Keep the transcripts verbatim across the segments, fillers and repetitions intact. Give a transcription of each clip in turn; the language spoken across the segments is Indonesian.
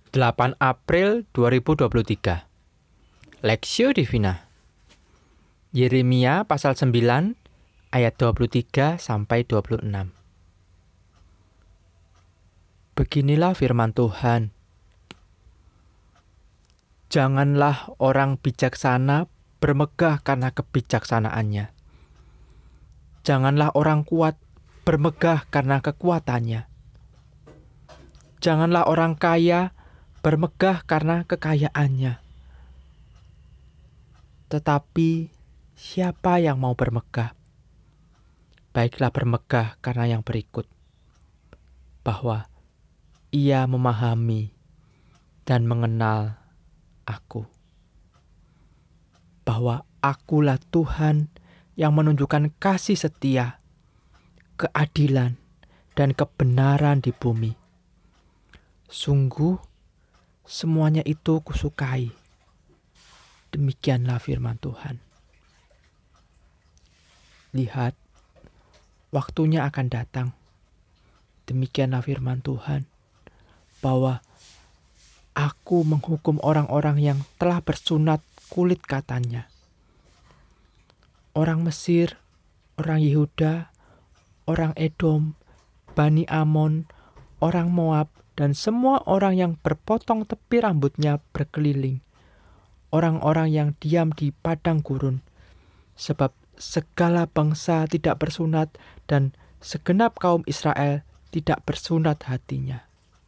delapan April dua ribu dua puluh tiga. Lexio Divina. Yeremia pasal sembilan ayat dua puluh tiga sampai dua puluh enam. Beginilah firman Tuhan. Janganlah orang bijaksana bermegah karena kebijaksanaannya. Janganlah orang kuat bermegah karena kekuatannya. Janganlah orang kaya bermegah karena kekayaannya. Tetapi siapa yang mau bermegah, baiklah bermegah karena yang berikut, bahwa ia memahami dan mengenal Aku, bahwa Akulah Tuhan yang menunjukkan kasih setia, keadilan, dan kebenaran di bumi. Sungguh, semuanya itu kusukai. Demikianlah firman Tuhan. Lihat, waktunya akan datang. Demikianlah firman Tuhan, bahwa Aku menghukum orang-orang yang telah bersunat kulit katanya. Orang Mesir, orang Yehuda, orang Edom, Bani Amon, orang Moab, dan semua orang yang berpotong tepi rambutnya berkeliling. Orang-orang yang diam di padang gurun. Sebab segala bangsa tidak bersunat dan segenap kaum Israel tidak bersunat hatinya.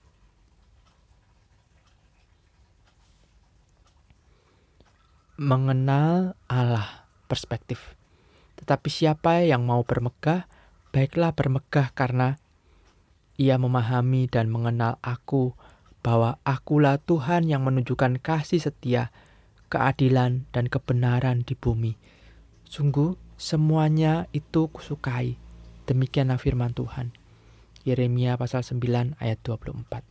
Mengenal Allah, perspektif. Tetapi siapa yang mau bermegah, baiklah bermegah karena ia memahami dan mengenal Aku, bahwa Akulah Tuhan yang menunjukkan kasih setia, keadilan, dan kebenaran di bumi. Sungguh, semuanya itu kusukai. Demikianlah firman Tuhan. Yeremia pasal sembilan ayat dua puluh empat.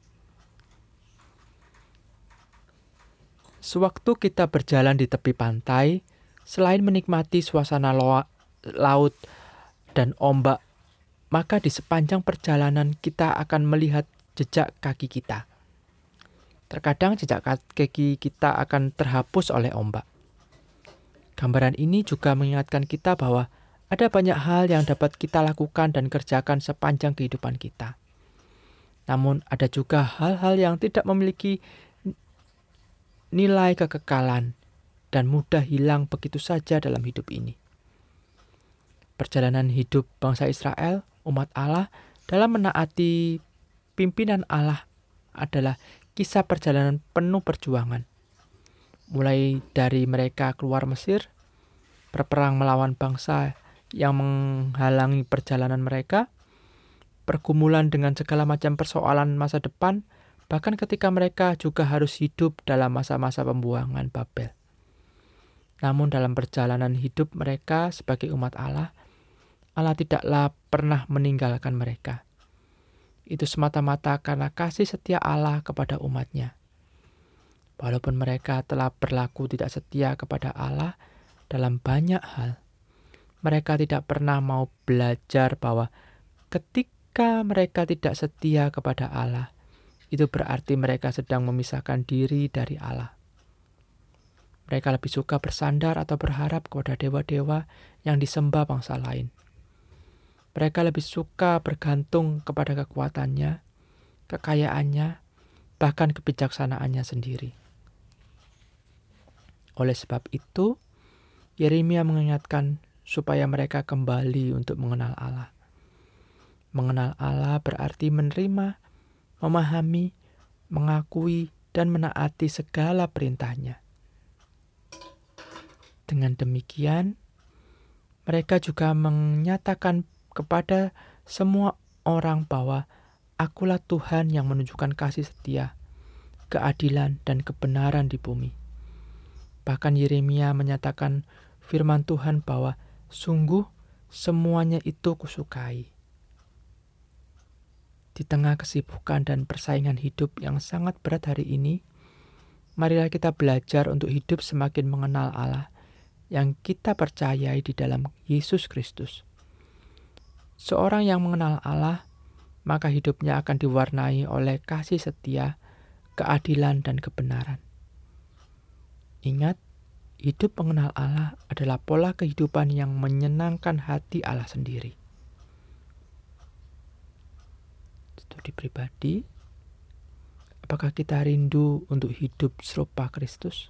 Sewaktu kita berjalan di tepi pantai, selain menikmati suasana loa, laut dan ombak, maka di sepanjang perjalanan kita akan melihat jejak kaki kita. Terkadang jejak kaki kita akan terhapus oleh ombak. Gambaran ini juga mengingatkan kita bahwa ada banyak hal yang dapat kita lakukan dan kerjakan sepanjang kehidupan kita. Namun ada juga hal-hal yang tidak memiliki nilai kekekalan dan mudah hilang begitu saja dalam hidup ini. Perjalanan hidup bangsa Israel, umat Allah, dalam menaati pimpinan Allah adalah kisah perjalanan penuh perjuangan. Mulai dari mereka keluar Mesir, berperang melawan bangsa yang menghalangi perjalanan mereka, pergumulan dengan segala macam persoalan masa depan, bahkan ketika mereka juga harus hidup dalam masa-masa pembuangan Babel. Namun dalam perjalanan hidup mereka sebagai umat Allah, Allah tidaklah pernah meninggalkan mereka. Itu semata-mata karena kasih setia Allah kepada umatnya. Walaupun mereka telah berlaku tidak setia kepada Allah dalam banyak hal, mereka tidak pernah mau belajar bahwa ketika mereka tidak setia kepada Allah, itu berarti mereka sedang memisahkan diri dari Allah. Mereka lebih suka bersandar atau berharap kepada dewa-dewa yang disembah bangsa lain. Mereka lebih suka bergantung kepada kekuatannya, kekayaannya, bahkan kebijaksanaannya sendiri. Oleh sebab itu, Yeremia mengingatkan supaya mereka kembali untuk mengenal Allah. Mengenal Allah berarti menerima, memahami, mengakui, dan menaati segala perintahnya. Dengan demikian, mereka juga menyatakan kepada semua orang bahwa Akulah Tuhan yang menunjukkan kasih setia, keadilan, dan kebenaran di bumi. Bahkan Yeremia menyatakan firman Tuhan bahwa sungguh semuanya itu kusukai. Di tengah kesibukan dan persaingan hidup yang sangat berat hari ini, marilah kita belajar untuk hidup semakin mengenal Allah yang kita percayai di dalam Yesus Kristus. Seorang yang mengenal Allah, maka hidupnya akan diwarnai oleh kasih setia, keadilan, dan kebenaran. Ingat, hidup mengenal Allah adalah pola kehidupan yang menyenangkan hati Allah sendiri. Studi pribadi, apakah kita rindu untuk hidup serupa Kristus?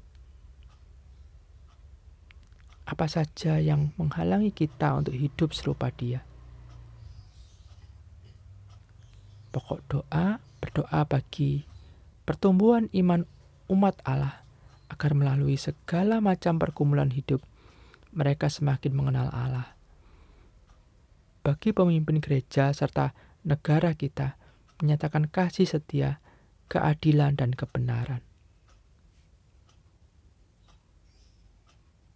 Apa saja yang menghalangi kita untuk hidup serupa Dia? Pokok doa, berdoa bagi pertumbuhan iman umat Allah agar melalui segala macam pergumulan hidup, mereka semakin mengenal Allah. Bagi pemimpin gereja serta negara kita, menyatakan kasih setia, keadilan, dan kebenaran.